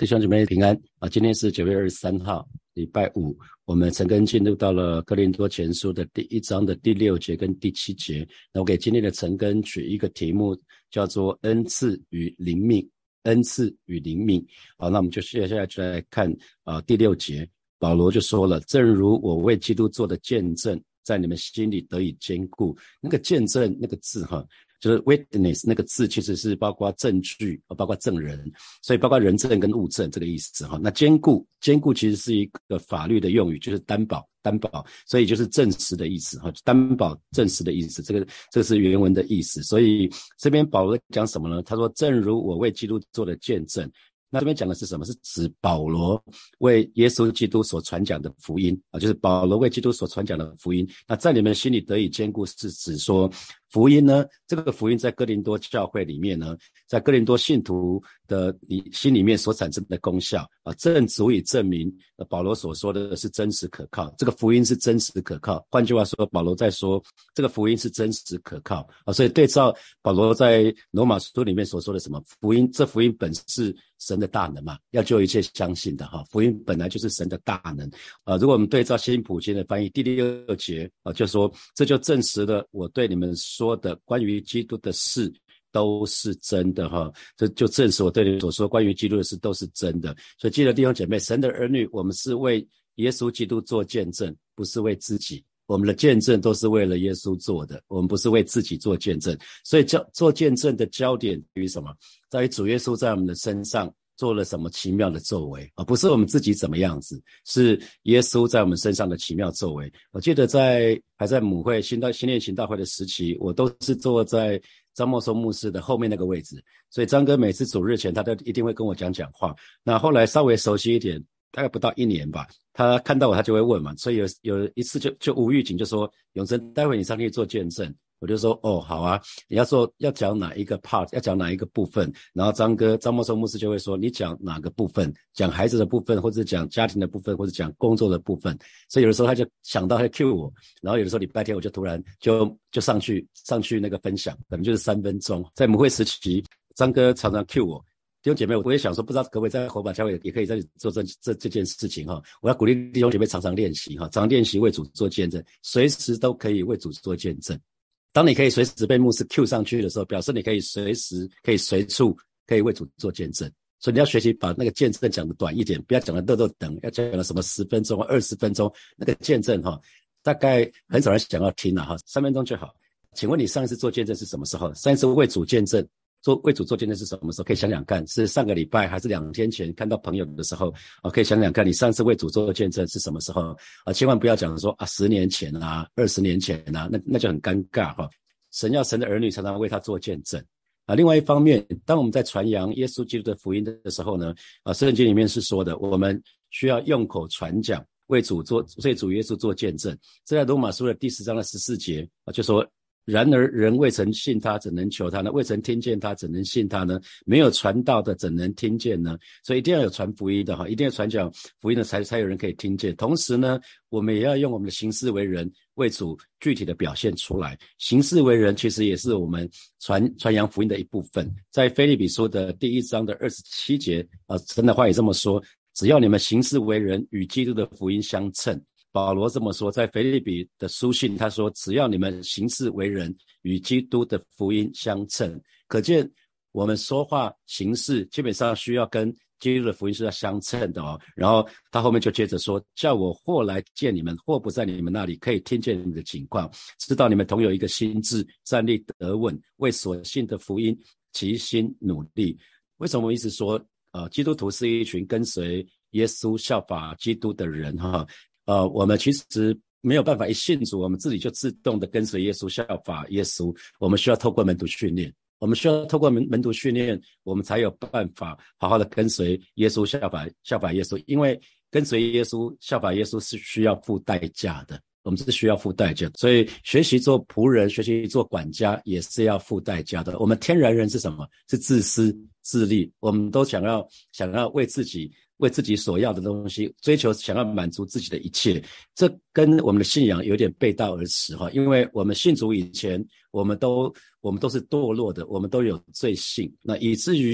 弟兄姐妹平安啊！今天是9月23号，礼拜五，我们陈根进入到了哥林多前书的第1章的第6节跟第7节。那我给今天的陈根取一个题目，叫做恩赐与灵命。恩赐与灵命。好，那我们就接下来就来看第6节，保罗就说了：正如我为基督做的见证，在你们心里得以坚固。那个见证那个字就是 witness 那个字其实是包括证据，包括证人，所以包括人证跟物证这个意思那坚固其实是一个法律的用语，就是担保，所以就是证实的意思担保证实的意思，这个是原文的意思。所以这边保罗讲什么呢？他说正如我为基督做的见证。那这边讲的是什么？是指保罗为耶稣基督所传讲的福音就是保罗为基督所传讲的福音。那在你们心里得以坚固，是指说福音呢，这个福音在哥林多教会里面呢，在哥林多信徒的心里面所产生的功效正足以证明保罗所说的是真实可靠，这个福音是真实可靠。换句话说，保罗在说这个福音是真实可靠所以对照保罗在罗马书里面所说的什么福音，这福音本是神的大能嘛，要救一切相信的福音本来就是神的大能如果我们对照新普京的翻译第6节就说这就证实了我对你们说的关于基督的事都是真的这就证实我对你所说关于基督的事都是真的。所以记得弟兄姐妹，神的儿女我们是为耶稣基督做见证，不是为自己，我们的见证都是为了耶稣做的，我们不是为自己做见证。所以做见证的焦点于什么？在于主耶稣在我们的身上做了什么奇妙的作为不是我们自己怎么样子，是耶稣在我们身上的奇妙作为。我记得还在母会新练行道会的时期，我都是坐在张默松牧师的后面那个位置，所以张哥每次主日前他都一定会跟我讲话。那后来稍微熟悉一点，大概不到1年吧，他看到我他就会问嘛，所以有一次就无预警就说，永成待会你上去做见证。我就说好啊，你要讲哪一个 part， 要讲哪一个部分，然后张默松牧师就会说你讲哪个部分，讲孩子的部分，或者讲家庭的部分，或者讲工作的部分。所以有的时候他就想到他 cue 我，然后有的时候礼拜天我就突然就上去那个分享，可能就是3分钟。在母会时期，张哥常常 cue我。弟兄姐妹，我也想说，不知道可不可以在火把教会也可以在做这件事情我要鼓励弟兄姐妹常常练习常常练习为主做见证，随时都可以为主做见证。当你可以随时被牧师 Q 上去的时候，表示你可以随时可以随处可以为主做见证。所以你要学习把那个见证讲得短一点，不要讲得等，要讲了什么10分钟20分钟，那个见证大概很少人想要听3分钟就好。请问你上一次做见证是什么时候？上一次为主见证为主做见证是什么时候？可以想想看，是上个礼拜还是2天前看到朋友的时候可以想想看你上次为主做见证是什么时候千万不要讲说10年前20年前那就很尴尬神要神的儿女常常为他做见证另外一方面，当我们在传扬耶稣基督的福音的时候呢圣经里面是说的，我们需要用口传讲，为主耶稣做见证。这在罗马书的第10章的14节就说，然而人未曾信他，怎能求他呢？未曾听见他，怎能信他呢？没有传道的，怎能听见呢？所以一定要有传福音的一定要传讲福音的才有人可以听见。同时呢，我们也要用我们的行事为人为主具体的表现出来。行事为人其实也是我们传扬福音的一部分。在腓立比书的第1章的27节神的话也这么说，只要你们行事为人与基督的福音相称。保罗这么说，在腓立比的书信他说，只要你们行事为人与基督的福音相称。可见我们说话行事基本上需要跟基督的福音是要相称的然后他后面就接着说，叫我或来见你们，或不在你们那里，可以听见你们的情况，知道你们同有一个心志，站立得稳，为所信的福音齐心努力。为什么我一直说基督徒是一群跟随耶稣效法基督的人我们其实没有办法一信主我们自己就自动的跟随耶稣效法耶稣，我们需要透过门徒训练，我们需要透过门徒训练，我们才有办法好好的跟随耶稣效法耶稣。因为跟随耶稣效法耶稣是需要付代价的，我们是需要付代价，所以学习做仆人，学习做管家也是要付代价的。我们天然人是什么？是自私自利，我们都想要为自己所要的东西追求，想要满足自己的一切，这跟我们的信仰有点背道而驰因为我们信主以前我们都是堕落的，我们都有罪性，那以至于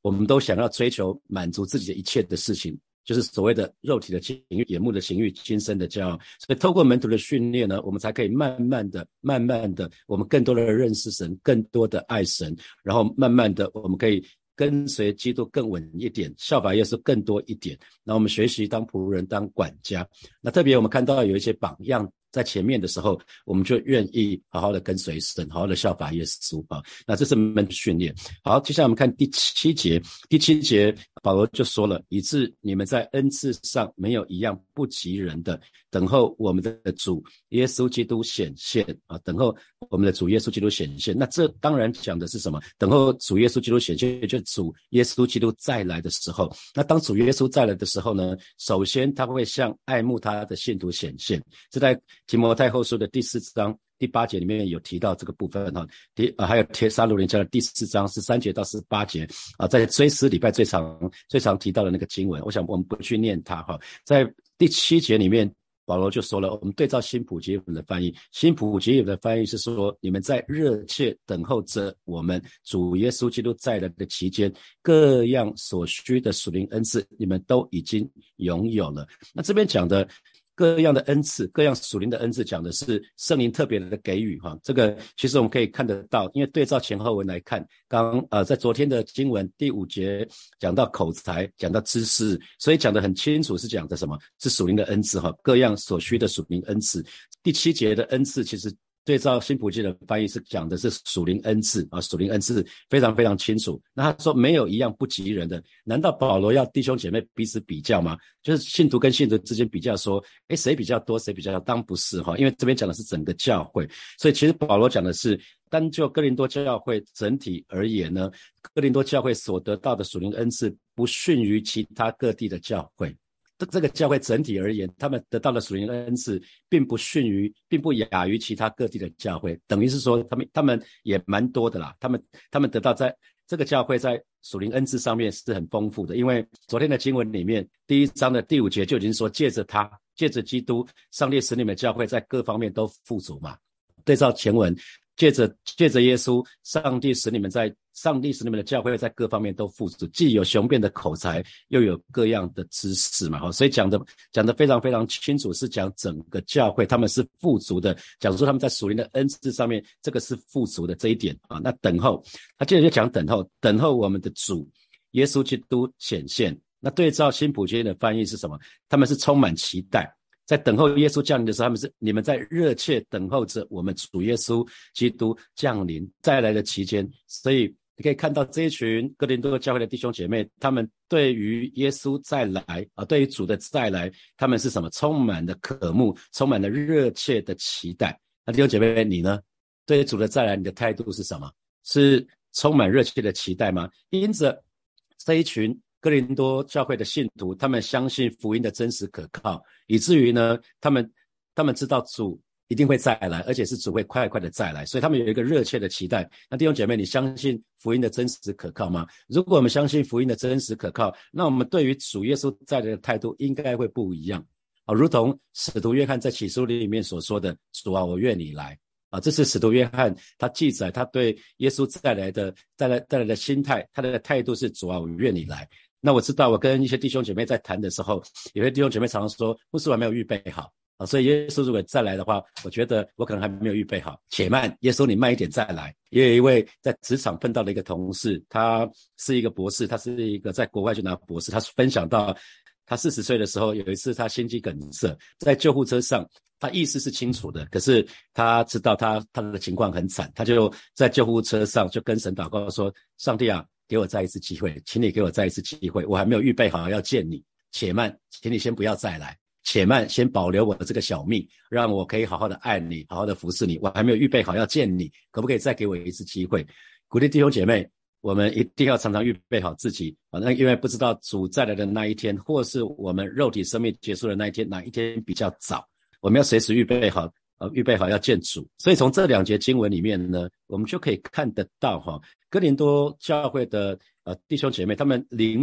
我们都想要追求满足自己的一切的事情，就是所谓的肉体的情欲、眼目的情欲、今生的骄傲。所以透过门徒的训练呢，我们才可以慢慢的我们更多的认识神，更多的爱神，然后慢慢的我们可以跟随基督更稳一点，效法耶稣更多一点。那我们学习当仆人、当管家。那特别我们看到有一些榜样在前面的时候，我们就愿意好好的跟随神，好好的效法耶稣啊。那这是门徒训练。好，接下来我们看第七节。第七节保罗就说了，以致你们在恩赐上没有一样不及人的，等候我们的主耶稣基督显现啊，等候我们的主耶稣基督显现。那这当然讲的是什么？等候主耶稣基督显现，就是主耶稣基督再来的时候。那当主耶稣再来的时候呢，首先他会向爱慕他的信徒显现。这在提摩太后书的第4章第8节里面有提到这个部分哈，还有帖撒罗尼迦的第4章13节到18节啊，在追思礼拜最常提到的那个经文，我想我们不去念它哈。在第7节里面，保罗就说了，我们对照新普结本的翻译，新普结本的翻译是说，你们在热切等候着我们主耶稣基督再来的期间，各样所需的属灵恩赐，你们都已经拥有了。那这边讲的各样的恩赐，各样属灵的恩赐，讲的是圣灵特别的给予哈。这个其实我们可以看得到，因为对照前后文来看，在昨天的经文第5节讲到口才，讲到知识，所以讲得很清楚是讲的什么？是属灵的恩赐哈，各样所需的属灵恩赐。第7节的恩赐其实对照新普金的翻译是讲的是属灵恩赐啊，属灵恩赐非常非常清楚。那他说没有一样不及人的，难道保罗要弟兄姐妹彼此比较吗？就是信徒跟信徒之间比较说，谁比较多谁比较少？当然不是哈，因为这边讲的是整个教会，所以其实保罗讲的是，单就哥林多教会整体而言呢，哥林多教会所得到的属灵恩赐不逊于其他各地的教会。这个教会整体而言，他们得到的属灵恩赐并不亚于其他各地的教会，等于是说他们也蛮多的啦，他们得到在这个教会在属灵恩赐上面是很丰富的。因为昨天的经文里面第1章的第5节就已经说，借着基督，上帝使你们教会在各方面都富足嘛。对照前文，借着耶稣，上帝使你们的教会在各方面都富足，既有雄辩的口才，又有各样的知识嘛。所以讲得非常非常清楚，是讲整个教会他们是富足的，讲说他们在属灵的恩赐上面这个是富足的这一点啊。那等候，他接着就讲等候我们的主耶稣基督显现。那对照新普金的翻译是什么？他们是充满期待，在等候耶稣降临的时候，你们在热切等候着我们主耶稣基督降临再来的期间。所以你可以看到这一群哥林多教会的弟兄姐妹，他们对于耶稣再来对于主的再来，他们是什么？充满了渴慕，充满了热切的期待。那弟兄姐妹，你呢？对于主的再来，你的态度是什么？是充满热切的期待吗？因着这一群哥林多教会的信徒，他们相信福音的真实可靠，以至于呢，他们知道主一定会再来，而且是主会快快的再来，所以他们有一个热切的期待。那弟兄姐妹，你相信福音的真实可靠吗？如果我们相信福音的真实可靠，那我们对于主耶稣再来的态度应该会不一样如同使徒约翰在启示录里面所说的，主啊，我愿你来这是使徒约翰他记载他对耶稣再来的心态，他的态度是，主啊，我愿你来。那我知道我跟一些弟兄姐妹在谈的时候，有些弟兄姐妹常常说，牧师我还没有预备好所以耶稣如果再来的话，我觉得我可能还没有预备好，且慢，耶稣你慢一点再来。也有一位在职场碰到的一个同事，他是一个博士，他是一个在国外去拿博士，他分享到他40岁的时候，有一次他心肌梗塞，在救护车上，他意识是清楚的，可是他知道他的情况很惨，他就在救护车上就跟神祷告说，上帝啊，给我再一次机会，请你给我再一次机会，我还没有预备好要见你，且慢，请你先不要再来，且慢，先保留我的这个小命，让我可以好好的爱你，好好的服侍你，我还没有预备好要见你，可不可以再给我一次机会？鼓励弟兄姐妹，我们一定要常常预备好自己因为不知道主再来的那一天，或是我们肉体生命结束的那一天，哪一天比较早，我们要随时预备好要见主。所以从这2节经文里面呢，我们就可以看得到哥林多教会的弟兄姐妹，他们灵命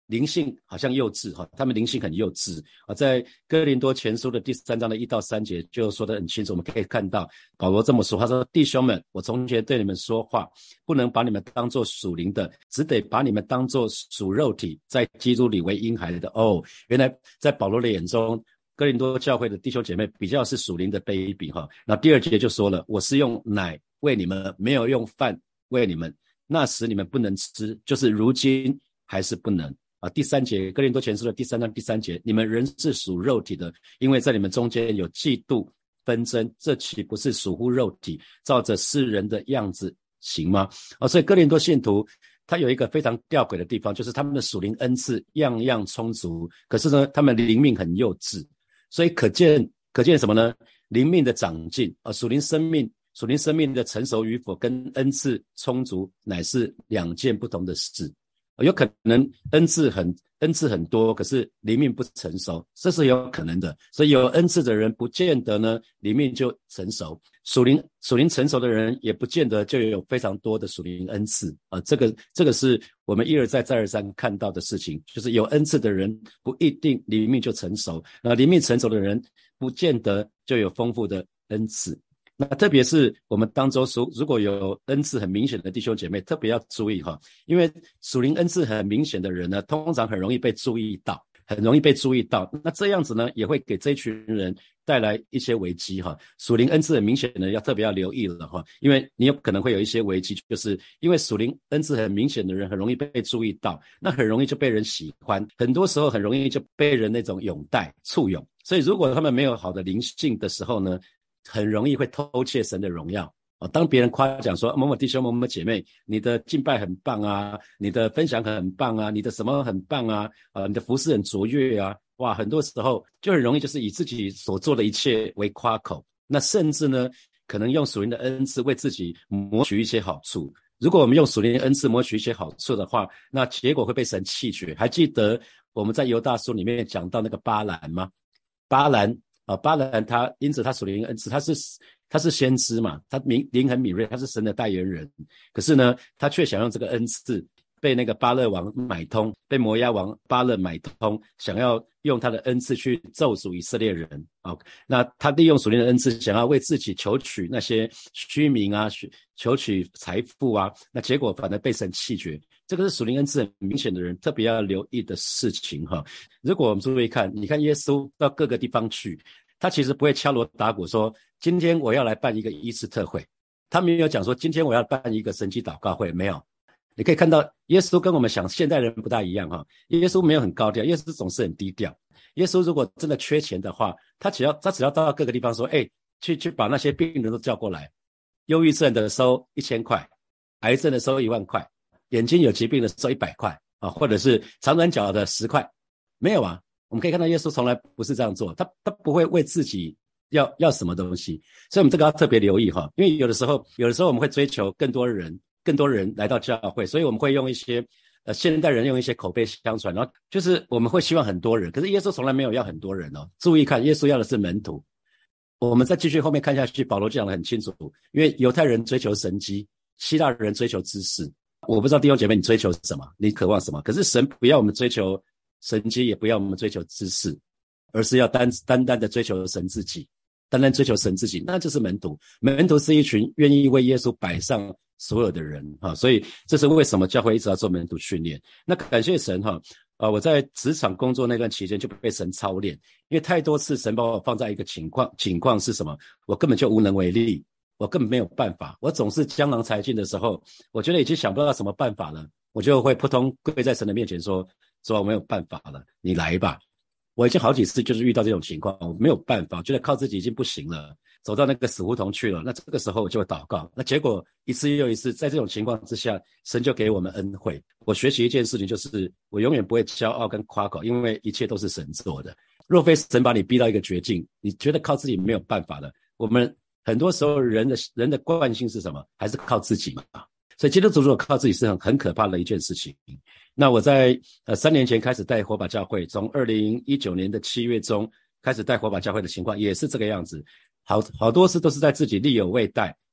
灵性好像幼稚他们灵性很幼稚在哥林多前书的第3章的1到3节就说得很清楚，我们可以看到保罗这么说，他说弟兄们，我从前对你们说话，不能把你们当作属灵的，只得把你们当作属肉体，在基督里为婴孩的。原来在保罗的眼中，哥林多教会的弟兄姐妹比较是属灵的 baby 那第2节就说了，我是用奶喂你们，没有用饭喂你们，那时你们不能吃，就是如今还是不能第3节，哥林多前书的第3章第3节，你们人是属肉体的，因为在你们中间有嫉妒纷争，这岂不是属乎肉体，照着世人的样子行吗？所以哥林多信徒他有一个非常吊诡的地方，就是他们的属灵恩赐样样充足，可是呢他们灵命很幼稚，所以可见什么呢？灵命的长进属灵生命的成熟与否跟恩赐充足乃是2件不同的事。有可能恩赐很多，可是灵命不成熟，这是有可能的。所以有恩赐的人不见得呢灵命就成熟，属灵成熟的人也不见得就有非常多的属灵恩赐这个是我们一而再再而三看到的事情，就是有恩赐的人不一定灵命就成熟，那灵命成熟的人不见得就有丰富的恩赐。那特别是我们当中如果有恩赐很明显的弟兄姐妹，特别要注意因为属灵恩赐很明显的人呢，通常很容易被注意到，那这样子呢也会给这一群人带来一些危机属灵恩赐很明显的要特别要留意了因为你有可能会有一些危机，就是因为属灵恩赐很明显的人很容易被注意到，那很容易就被人喜欢，很多时候很容易就被人那种拥戴簇拥，所以如果他们没有好的灵性的时候呢，很容易会偷窃神的荣耀当别人夸奖说某某弟兄某某姐妹你的敬拜很棒啊，你的分享很棒啊，你的什么很棒啊你的服事很卓越啊，哇，很多时候就很容易就是以自己所做的一切为夸口，那甚至呢可能用属灵的恩赐为自己谋取一些好处。如果我们用属灵的恩赐谋取一些好处的话，那结果会被神弃绝。还记得我们在犹大书里面讲到那个巴兰吗？巴兰他因此他属灵恩赐，他是先知嘛，他灵很敏锐，他是神的代言人，可是呢他却想用这个恩赐被那个巴勒王买通，被摩押王巴勒买通，想要用他的恩赐去咒诅以色列人那他利用属灵的恩赐想要为自己求取那些虚名啊，求取财富啊，那结果反而被神弃绝。这个是属灵恩赐很明显的人特别要留意的事情如果我们注意看，你看耶稣到各个地方去，他其实不会敲锣打鼓说今天我要来办一个医治特会，他没有讲说今天我要办一个神迹祷告会，没有。你可以看到耶稣跟我们想现代人不大一样耶稣没有很高调，耶稣总是很低调。耶稣如果真的缺钱的话，他只要到各个地方说去把那些病人都叫过来，忧郁症的收1000块，癌症的收1万块，眼睛有疾病的收100块或者是长短脚的10块，没有啊。我们可以看到耶稣从来不是这样做，他不会为自己要什么东西，所以我们这个要特别留意因为有的时候我们会追求更多人来到教会，所以我们会用一些现代人用一些口碑相传，然后就是我们会希望很多人，可是耶稣从来没有要很多人注意看，耶稣要的是门徒。我们再继续后面看下去，保罗讲得很清楚，因为犹太人追求神迹，希腊人追求知识。我不知道弟兄姐妹你追求什么，你渴望什么，可是神不要我们追求神迹，也不要我们追求知识，而是要单单的追求神自己，单单追求神自己，那就是门徒。门徒是一群愿意为耶稣摆上所有的人所以这是为什么教会一直要做门徒训练。那感谢神我在职场工作那段期间就被神操练，因为太多次神把我放在一个情况是什么，我根本就无能为力，我根本没有办法，我总是江郎才尽的时候，我觉得已经想不到什么办法了，我就会扑通跪在神的面前说我没有办法了，你来吧。我已经好几次就是遇到这种情况，我没有办法，觉得靠自己已经不行了，走到那个死胡同去了，那这个时候我就会祷告，那结果一次又一次，在这种情况之下，神就给我们恩惠。我学习一件事情，就是我永远不会骄傲跟夸口，因为一切都是神做的。若非神把你逼到一个绝境，你觉得靠自己没有办法了，我们很多时候人的惯性是什么？还是靠自己嘛。所以基督徒如果靠自己是很可怕的一件事情。那我在3年前开始带火把教会，从2019年的7月中开始带火把教会的情况也是这个样子，好多次都是在自己力有未逮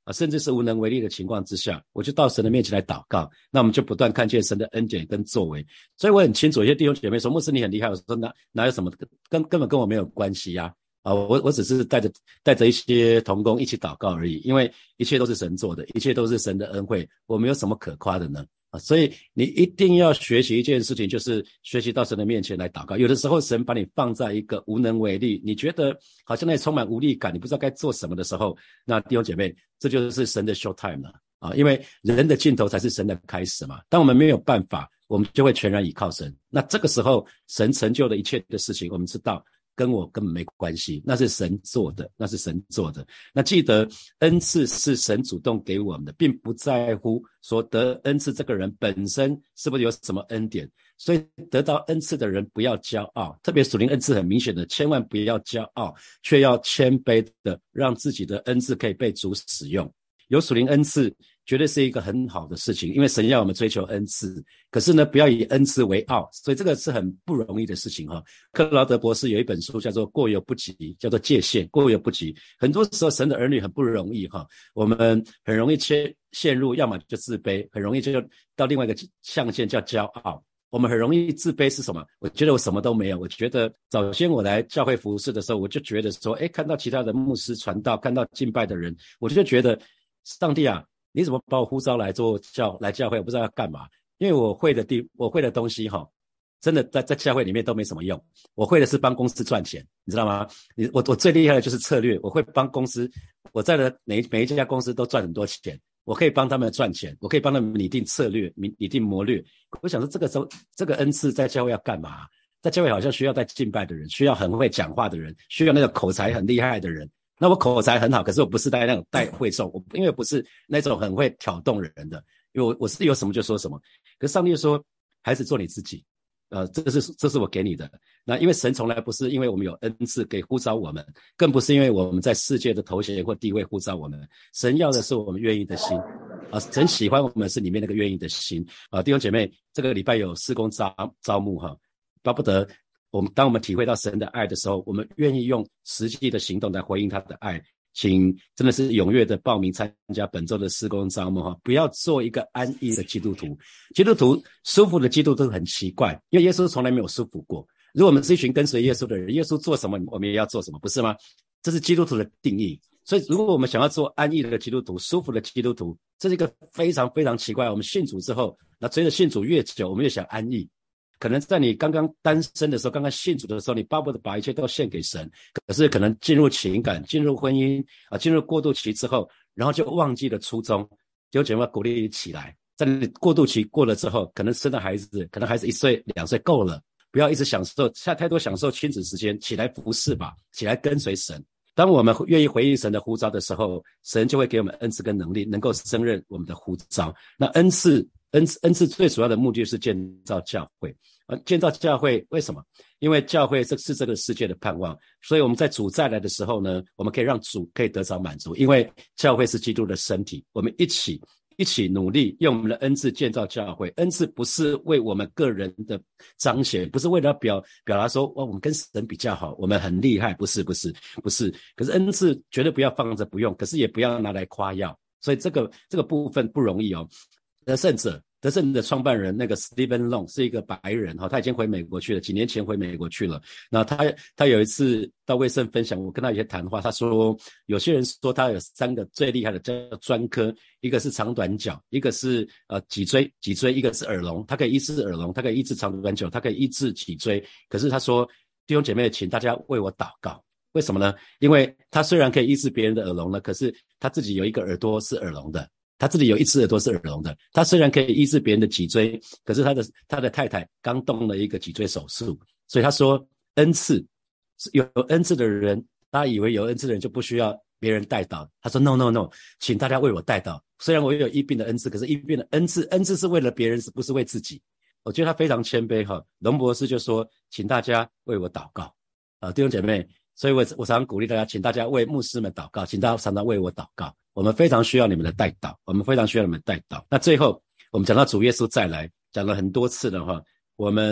甚至是无能为力的情况之下，我就到神的面前来祷告，那我们就不断看见神的恩典跟作为。所以我很清楚，有些弟兄姐妹说牧师你很厉害，我说哪有什么根本跟我没有关系呀。我只是带着一些同工一起祷告而已，因为一切都是神做的，一切都是神的恩惠，我们有什么可夸的呢？所以你一定要学习一件事情，就是学习到神的面前来祷告。有的时候神把你放在一个无能为力，你觉得好像那充满无力感，你不知道该做什么的时候，那弟兄姐妹，这就是神的 show time 了因为人的尽头才是神的开始嘛。当我们没有办法，我们就会全然倚靠神。那这个时候神成就的一切的事情，我们知道跟我根本没关系，那是神做的，那是神做的。那记得恩赐是神主动给我们的，并不在乎说得恩赐这个人本身是不是有什么恩典。所以得到恩赐的人不要骄傲，特别属灵恩赐很明显的，千万不要骄傲，却要谦卑的让自己的恩赐可以被主使用。有属灵恩赐绝对是一个很好的事情，因为神要我们追求恩赐，可是呢不要以恩赐为傲，所以这个是很不容易的事情克劳德博士有一本书叫做过犹不及，叫做界限，过犹不及。很多时候神的儿女很不容易我们很容易陷入要么就自卑，很容易就到另外一个象限叫骄傲。我们很容易自卑是什么？我觉得我什么都没有。我觉得早先我来教会服事的时候，我就觉得说看到其他的牧师传道，看到敬拜的人，我就觉得上帝啊，你怎么把我呼召来来教会，我不知道要干嘛。因为我会的东西真的在教会里面都没什么用。我会的是帮公司赚钱，你知道吗？我最厉害的就是策略，我会帮公司，我在的每一家公司都赚很多钱，我可以帮他们赚钱，我可以帮他们拟定策略，拟定谋略。我想说这个恩赐在教会要干嘛？在教会好像需要带敬拜的人，需要很会讲话的人，需要那个口才很厉害的人。那我口才很好，可是我不是那种带会众，因为我不是那种很会挑动人的，因为我是有什么就说什么。可是上帝说，孩子做你自己，这是我给你的。那因为神从来不是因为我们有恩赐给呼召我们，更不是因为我们在世界的头衔或地位呼召我们。神要的是我们愿意的心神喜欢我们是里面那个愿意的心弟兄姐妹，这个礼拜有事工招募巴不得当我们体会到神的爱的时候，我们愿意用实际的行动来回应他的爱。请真的是踊跃的报名参加本周的事工招募不要做一个安逸的基督徒。基督徒舒服的基督徒很奇怪，因为耶稣从来没有舒服过。如果我们是一群跟随耶稣的人，耶稣做什么我们也要做什么，不是吗？这是基督徒的定义。所以如果我们想要做安逸的基督徒，舒服的基督徒，这是一个非常非常奇怪。我们信主之后，那随着信主越久，我们越想安逸。可能在你刚刚单身的时候，刚刚信主的时候，你巴不得把一切都献给神，可是可能进入情感，进入婚姻进入过渡期之后，然后就忘记了初衷。弟兄姐妹，鼓励你起来，在你过渡期过了之后，可能生了孩子，可能孩子1岁2岁够了，不要一直太多享受亲子时间，起来服侍吧，起来跟随神。当我们愿意回应神的呼召的时候，神就会给我们恩赐跟能力，能够胜任我们的呼召。那恩赐最主要的目的是建造教会。建造教会为什么？因为教会是这个世界的盼望，所以我们在主再来的时候呢，我们可以让主可以得着满足，因为教会是基督的身体。我们一起努力用我们的恩赐建造教会。恩赐不是为我们个人的彰显，不是为了表达说我们跟神比较好，我们很厉害，不是。可是恩赐绝对不要放着不用，可是也不要拿来夸耀。所以这个部分不容易得胜的创办人那个 Stephen Long 是一个白人他已经回美国去了，几年前回美国去了。那他有一次到卫生分享，我跟他一些谈话，他说有些人说他有3个最厉害的叫专科，一个是长短脚，一个是脊椎，一个是耳聋，他可以医治耳聋，他可以医治长短脚，他可以医治脊椎。可是他说弟兄姐妹，请大家为我祷告。为什么呢？因为他虽然可以医治别人的耳聋了，可是他自己有一个耳朵是耳聋的，他自己有一只耳朵是耳聋的。他虽然可以医治别人的脊椎，可是他的太太刚动了一个脊椎手术。所以他说恩赐，有恩赐的人，大家以为有恩赐的人就不需要别人代祷。他说 no， 请大家为我代祷。虽然我有医病的恩赐，可是医病的恩赐是为了别人，不是为自己。我觉得他非常谦卑龙博士就说请大家为我祷告弟兄姐妹。所以我常常鼓励大家，请大家为牧师们祷告，请大家常常为我祷告。我们非常需要你们的代祷，那最后我们讲到主耶稣再来，讲了很多次的我们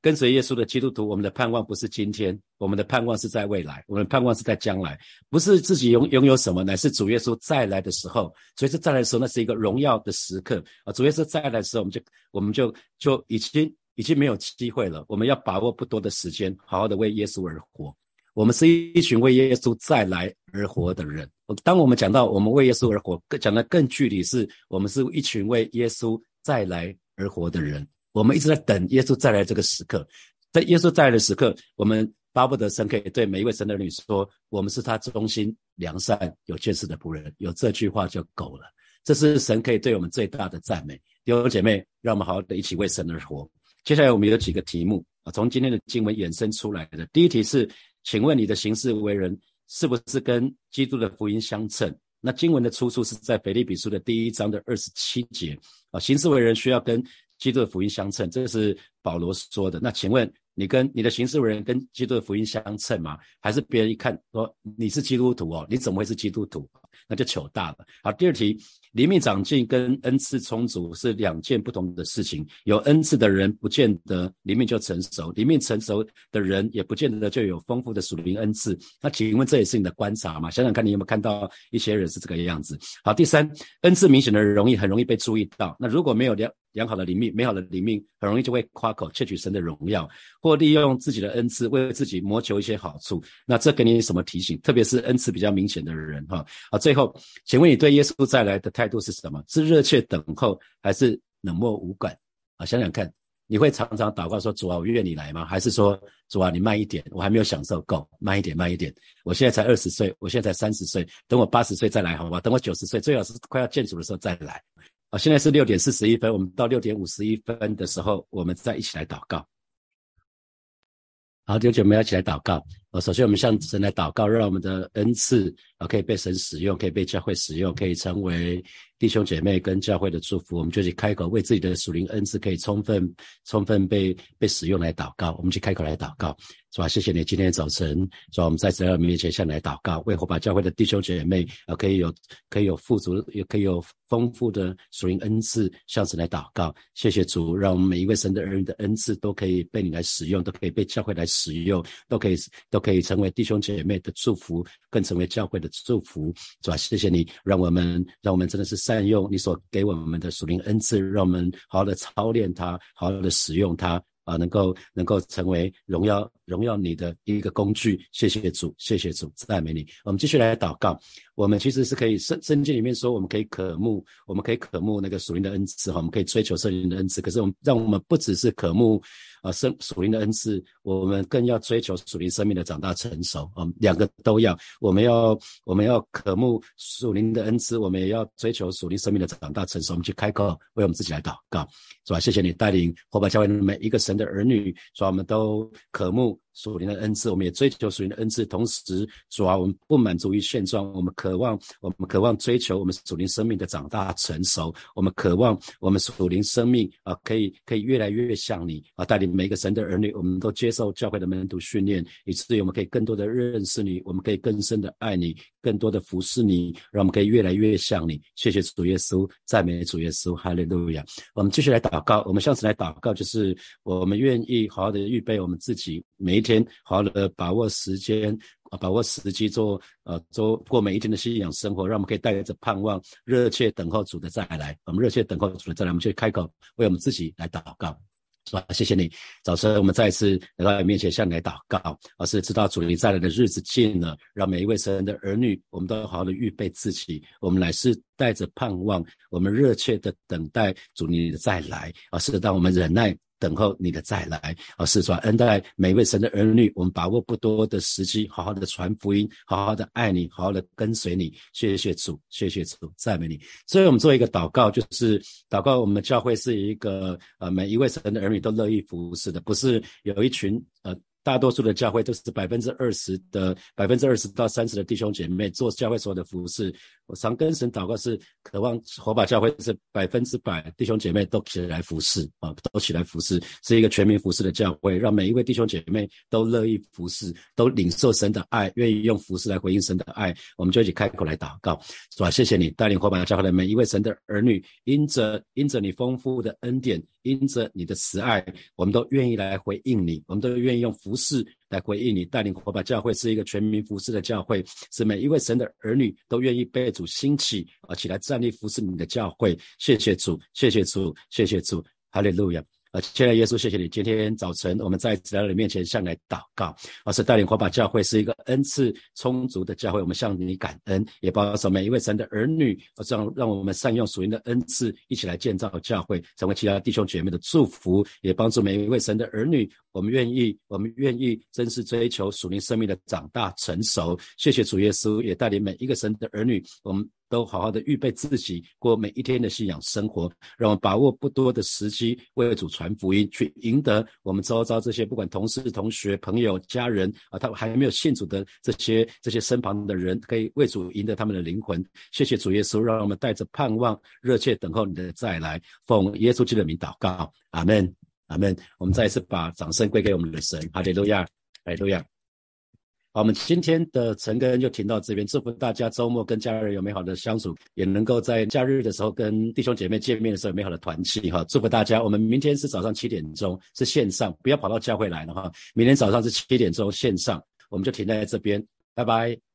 跟随耶稣的基督徒，我们的盼望不是今天，我们的盼望是在未来，我们的盼望是在将来，不是自己拥有什么，乃是主耶稣再来的时候。所以这再来的时候，那是一个荣耀的时刻啊！主耶稣再来的时候，我们就已经没有机会了，我们要把握不多的时间，好好的为耶稣而活。我们是一群为耶稣再来而活的人。当我们讲到我们为耶稣而活，讲得更具体是，我们是一群为耶稣再来而活的人。我们一直在等耶稣再来这个时刻，在耶稣再来的时刻，我们巴不得神可以对每一位神的儿女说，我们是他忠心良善有见识的仆人，有这句话就够了。这是神可以对我们最大的赞美。弟兄姐妹，让我们好好的一起为神而活。接下来我们有几个题目从今天的经文衍生出来的。第一题是，请问你的行事为人是不是跟基督的福音相称？那经文的出处是在腓立比书的第1章的27节行事为人需要跟基督的福音相称，这是保罗说的。那请问你的行事为人跟基督的福音相称吗？还是别人一看说你是基督徒你怎么会是基督徒？那就糗大了。好，第二题，灵命长进跟恩赐充足是两件不同的事情。有恩赐的人不见得灵命就成熟，灵命成熟的人也不见得就有丰富的属灵恩赐。那请问这也是你的观察吗？想想看你有没有看到一些人是这个样子。好，第三，恩赐明显的人很容易被注意到。那如果没有良好的灵命，美好的灵命很容易就会夸口窃取神的荣耀，或利用自己的恩赐为自己谋求一些好处。那这给你什么提醒？特别是恩赐比较明显的人最后，请问你对耶稣再来的态度是什么？是热切等候，还是冷漠无感想想看，你会常常祷告说，主啊，我愿你来吗？还是说，主啊，你慢一点，我还没有享受够，慢一点，我现在才20岁，我现在才30岁，等我80岁再来好吧？等我90岁，最好是快要见主的时候再来现在是6点41分，我们到6点51分的时候，我们再一起来祷告。好，弟兄姐妹，一起来祷告。首先我们向神来祷告，让我们的恩赐可以被神使用，可以被教会使用，可以成为弟兄姐妹跟教会的祝福。我们就去开口为自己的属灵恩赐可以充分被使用来祷告。我们去开口来祷告。是吧？谢谢你今天早晨，是吧？我们在神的面前向你来祷告，为火把教会的弟兄姐妹可以有富足，也可以有丰富的属灵恩赐，向神来祷告。谢谢主，让我们每一位神的儿女的恩赐都可以被你来使用，都可以被教会来使用，都可以成为弟兄姐妹的祝福，更成为教会的祝福。是吧？谢谢你，让我们真的是善用你所给我们的属灵恩赐，让我们好好的操练它，好好的使用它能够成为荣耀你的一个工具。谢谢主，谢谢主，赞美你。我们继续来祷告。我们其实是可以圣经里面说，我们可以渴慕那个属灵的恩赐我们可以追求圣灵的恩赐。可是让我们不只是渴慕属灵的恩赐，我们更要追求属灵生命的长大成熟两个都要。我们要渴慕属灵的恩赐，我们也要追求属灵生命的长大成熟。我们去开口为我们自己来祷告，是吧？谢谢你带领火把教会的每一个神的儿女，是吧？我们都渴慕属灵的恩赐，我们也追求属灵的恩赐，同时主啊，我们不满足于现状，我们渴望追求我们属灵生命的长大成熟，我们渴望我们属灵生命可以越来越像你带领每一个神的儿女，我们都接受教会的门徒训练，以至于我们可以更多的认识你，我们可以更深的爱你，更多的服侍你，让我们可以越来越像你。谢谢主耶稣，赞美主耶稣，哈利路亚。我们继续来祷告，我们向神来祷告，就是我们愿意好好的预备我们自己，每一天好好的把握时间，把握时机做过每一天的信仰生活，让我们可以带着盼望，热切等候主的再来。我们热切等候主的再来，我们就开口为我们自己来祷告。是吧？谢谢你，早晨我们再一次来到你面前向你来祷告，是知道主你再来的日子近了，让每一位神的儿女，我们都好好的预备自己，我们乃是带着盼望，我们热切的等待主你的再来是让我们忍耐等候你的再来是说恩待每一位神的儿女，我们把握不多的时机，好好的传福音，好好的爱你，好好的跟随你。谢谢主，谢谢主，赞美你。所以我们做一个祷告，就是祷告我们教会是一个每一位神的儿女都乐意服侍的，不是有一群大多数的教会都是20%到30%的弟兄姐妹做教会所有的服事， 我常跟神祷告，是渴望火把教会是100%弟兄姐妹都起来服侍啊，都起来服侍，是一个全民服侍的教会，让每一位弟兄姐妹都乐意服侍，都领受神的爱，愿意用服侍来回应神的爱。我们就一起开口来祷告，是吧？谢谢你带领火把教会的每一位神的儿女，因着你丰富的恩典，因着你的慈爱，我们都愿意来回应你，我们都愿意用服侍来回应你。带领火把教会是一个全民服侍的教会，是每一位神的儿女都愿意被主兴起起来站立服侍你的教会。谢谢主，谢谢主，谢谢主，哈利路亚。亲爱的耶稣，谢谢你，今天早晨我们在来到你面前向你来祷告，是带领火把教会是一个恩赐充足的教会，我们向你感恩，也保守每一位神的儿女，让我们善用属灵的恩赐，一起来建造教会，成为其他弟兄姐妹的祝福，也帮助每一位神的儿女，我们愿意真是追求属灵生命的长大成熟。谢谢主耶稣，也带领每一个神的儿女，我们都好好的预备自己，过每一天的信仰生活，让我们把握不多的时机，为主传福音，去赢得我们周遭这些不管同事、同学、朋友、家人他们还没有信主的这些身旁的人，可以为主赢得他们的灵魂。谢谢主耶稣，让我们带着盼望，热切等候你的再来。奉耶稣基督的名祷告，阿们，阿们。我们再一次把掌声归给我们的神，哈利路亚，哈利路亚。好，我们今天的晨更就停到这边，祝福大家周末跟家人有美好的相处，也能够在假日的时候跟弟兄姐妹见面的时候有美好的团契哈。祝福大家，我们明天是早上7点钟是线上，不要跑到教会来了哈。明天早上是7点钟线上，我们就停在这边，拜拜。